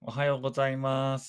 おはようございます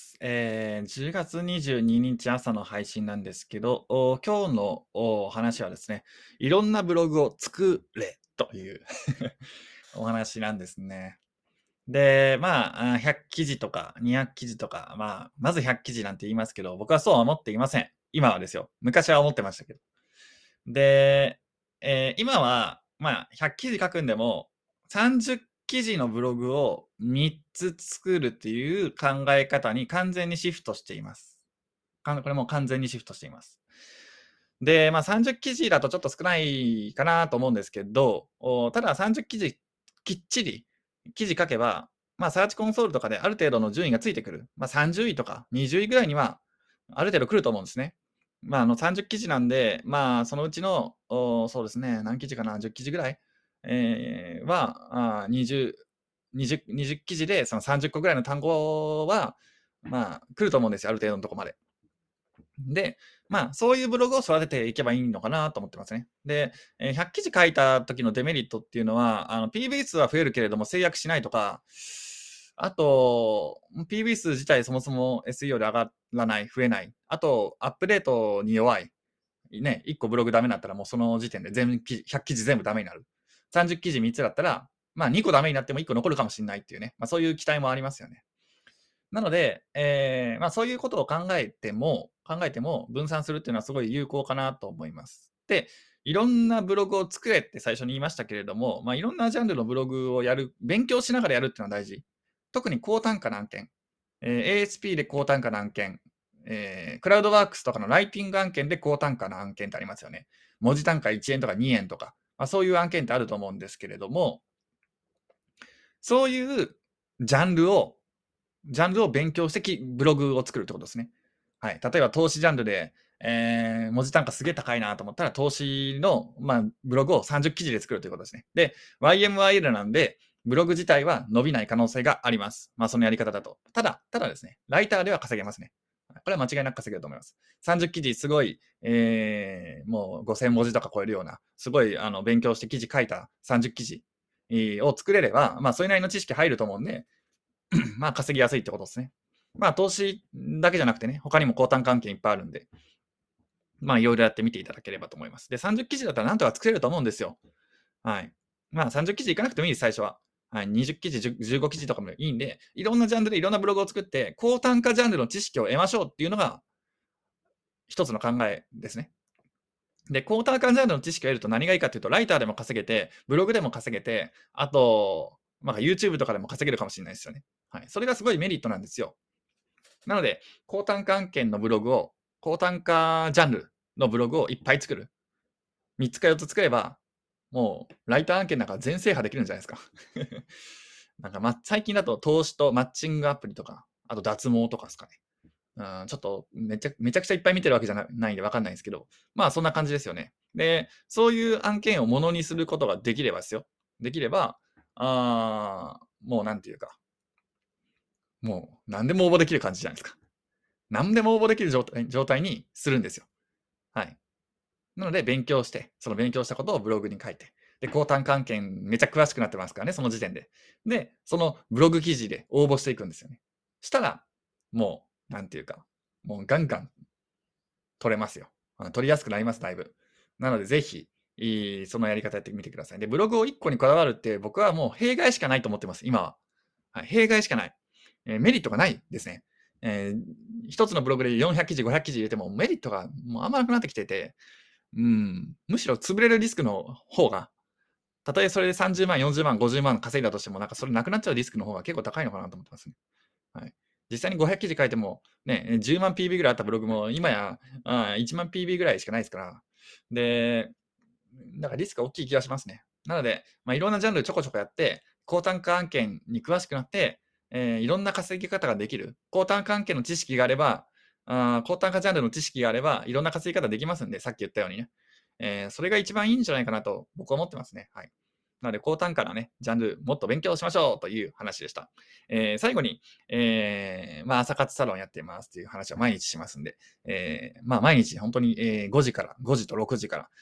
。10月22日朝の配信なんですけど、今日の話はですね、いろんなブログを作れというお話なんですね。で、100記事とか200記事とか、まず100記事なんて言いますけど、僕はそうは思っていません。今はですよ。昔は思ってましたけど。で、今は、100記事書くんでも、30記事のブログを3つ作るっていう考え方に完全にシフトしています。これもう完全にシフトしています。で、30記事だとちょっと少ないかなと思うんですけど、ただ30記事きっちり記事書けば、サーチコンソールとかである程度の順位がついてくる。30位とか20位ぐらいにはある程度来ると思うんですね。30記事なんで、そのうちの、そうですね、何記事かな、10記事ぐらい、20記事でその30個ぐらいの単語は、来ると思うんですよ、ある程度のとこまで。で、そういうブログを育てていけばいいのかなと思ってますね。で、100記事書いた時のデメリットっていうのは、PV 数は増えるけれども制約しないとか、あと、PV 数自体そもそも SEO で上がらない、増えない。あと、アップデートに弱い。ね、1個ブログダメだったらもうその時点で100記事全部ダメになる。30記事3つだったら、2個ダメになっても1個残るかもしれないっていうね。そういう期待もありますよね。なので、そういうことを考えても分散するっていうのはすごい有効かなと思います。で、いろんなブログを作れって最初に言いましたけれども、いろんなジャンルのブログを勉強しながらやるっていうのは大事。特に高単価な案件、ASP で高単価な案件、クラウドワークスとかのライティング案件で高単価な案件ってありますよね。文字単価1円とか2円とか、そういう案件ってあると思うんですけれども、そういうジャンルを勉強してブログを作るってことですね。はい。例えば投資ジャンルで、文字単価すげえ高いなと思ったら、投資の、ブログを30記事で作るということですね。で、YMYL なんで、ブログ自体は伸びない可能性があります。そのやり方だと。ただですね、ライターでは稼げますね。これは間違いなく稼げると思います。30記事すごい、もう5000文字とか超えるような、すごい勉強して記事書いた30記事を作れれば、それなりの知識入ると思うんで、稼ぎやすいってことですね。投資だけじゃなくてね、他にも高単関係いっぱいあるんで、いろいろやってみていただければと思います。で、30記事だったらなんとか作れると思うんですよ。はい。30記事いかなくてもいいです、最初は。はい、20記事、15記事とかもいいんで、いろんなジャンルでいろんなブログを作って、高単価ジャンルの知識を得ましょうっていうのが、一つの考えですね。で、高単価ジャンルの知識を得ると何がいいかっていうと、ライターでも稼げて、ブログでも稼げて、あと、YouTube とかでも稼げるかもしれないですよね。はい。それがすごいメリットなんですよ。なので、高単価案件のブログを、高単価ジャンルのブログをいっぱい作る。3つか4つ作れば、もう、ライター案件なんか全制覇できるんじゃないですか。最近だと投資とマッチングアプリとか、あと脱毛とかですかね。ちょっとめちゃくちゃいっぱい見てるわけじゃないんでわかんないんですけど、そんな感じですよね。で、そういう案件をものにすることができればですよ。できれば、もうなんていうか、もう何でも応募できる感じじゃないですか。何でも応募できる状態にするんですよ。はい。なので、勉強して、その勉強したことをブログに書いて、で、高単関係めちゃ詳しくなってますからね、その時点で。で、そのブログ記事で応募していくんですよね。したら、もう、なんていうか、もうガンガン取れますよ。取りやすくなります、だいぶ。なので、ぜひ、そのやり方やってみてください。で、ブログを1個にこだわるって、僕はもう弊害しかないと思ってます、今は。はい、弊害しかない。メリットがないですね。一つのブログで400記事、500記事入れてもメリットがもうあんまなくなってきてて、むしろ潰れるリスクの方が、たとえそれで30万、40万、50万稼いだとしても、それなくなっちゃうリスクの方が結構高いのかなと思ってますね。はい。実際に500記事書いても、ね、10万 PB ぐらいあったブログも、今や、1万 PB ぐらいしかないですから。で、リスクが大きい気がしますね。なので、いろんなジャンルちょこちょこやって、高単価案件に詳しくなって、いろんな稼ぎ方ができる。高単価案件の知識があれば、高単価ジャンルの知識があれば、いろんな稼ぎ方できますんで、さっき言ったようにね。それが一番いいんじゃないかなと僕は思ってますね。はい。なので、高単価なね、ジャンル、もっと勉強しましょうという話でした。最後に、朝活サロンやってますっていう話は毎日しますんで、毎日本当に、5時と6時から、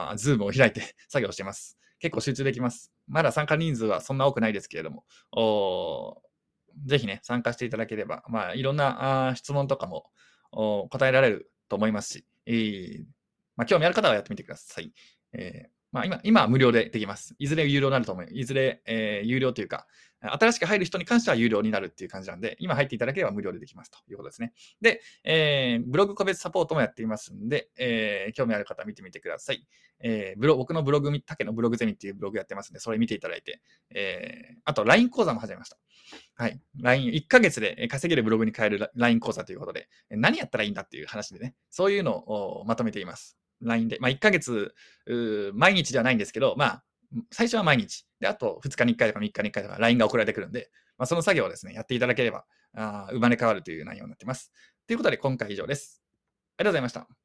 ズームを開いて作業してます。結構集中できます。まだ参加人数はそんな多くないですけれども、 ぜひね、参加していただければ、まあ、いろんな質問とかも答えられると思いますし、まあ、興味ある方はやってみてください。まあ、今は無料でできます。いずれ有料になると思います。いずれ、有料というか、新しく入る人に関しては有料になるっていう感じなんで、今入っていただければ無料でできますということですね。で、ブログ個別サポートもやっていますんで、興味ある方は見てみてください。僕のブログ、竹のブログゼミっていうブログやってますんで、それ見ていただいて、あと LINE 講座も始めました。はい。LINE、1ヶ月で稼げるブログに変える LINE 講座ということで、何やったらいいんだっていう話でね、そういうのをまとめています。LINE で。まあ、1ヶ月、毎日ではないんですけど、まあ、最初は毎日。で、あと2日に1回とか3日に1回とか LINE が送られてくるんで、まあ、その作業をですね、やっていただければ、生まれ変わるという内容になっています。ということで、今回以上です。ありがとうございました。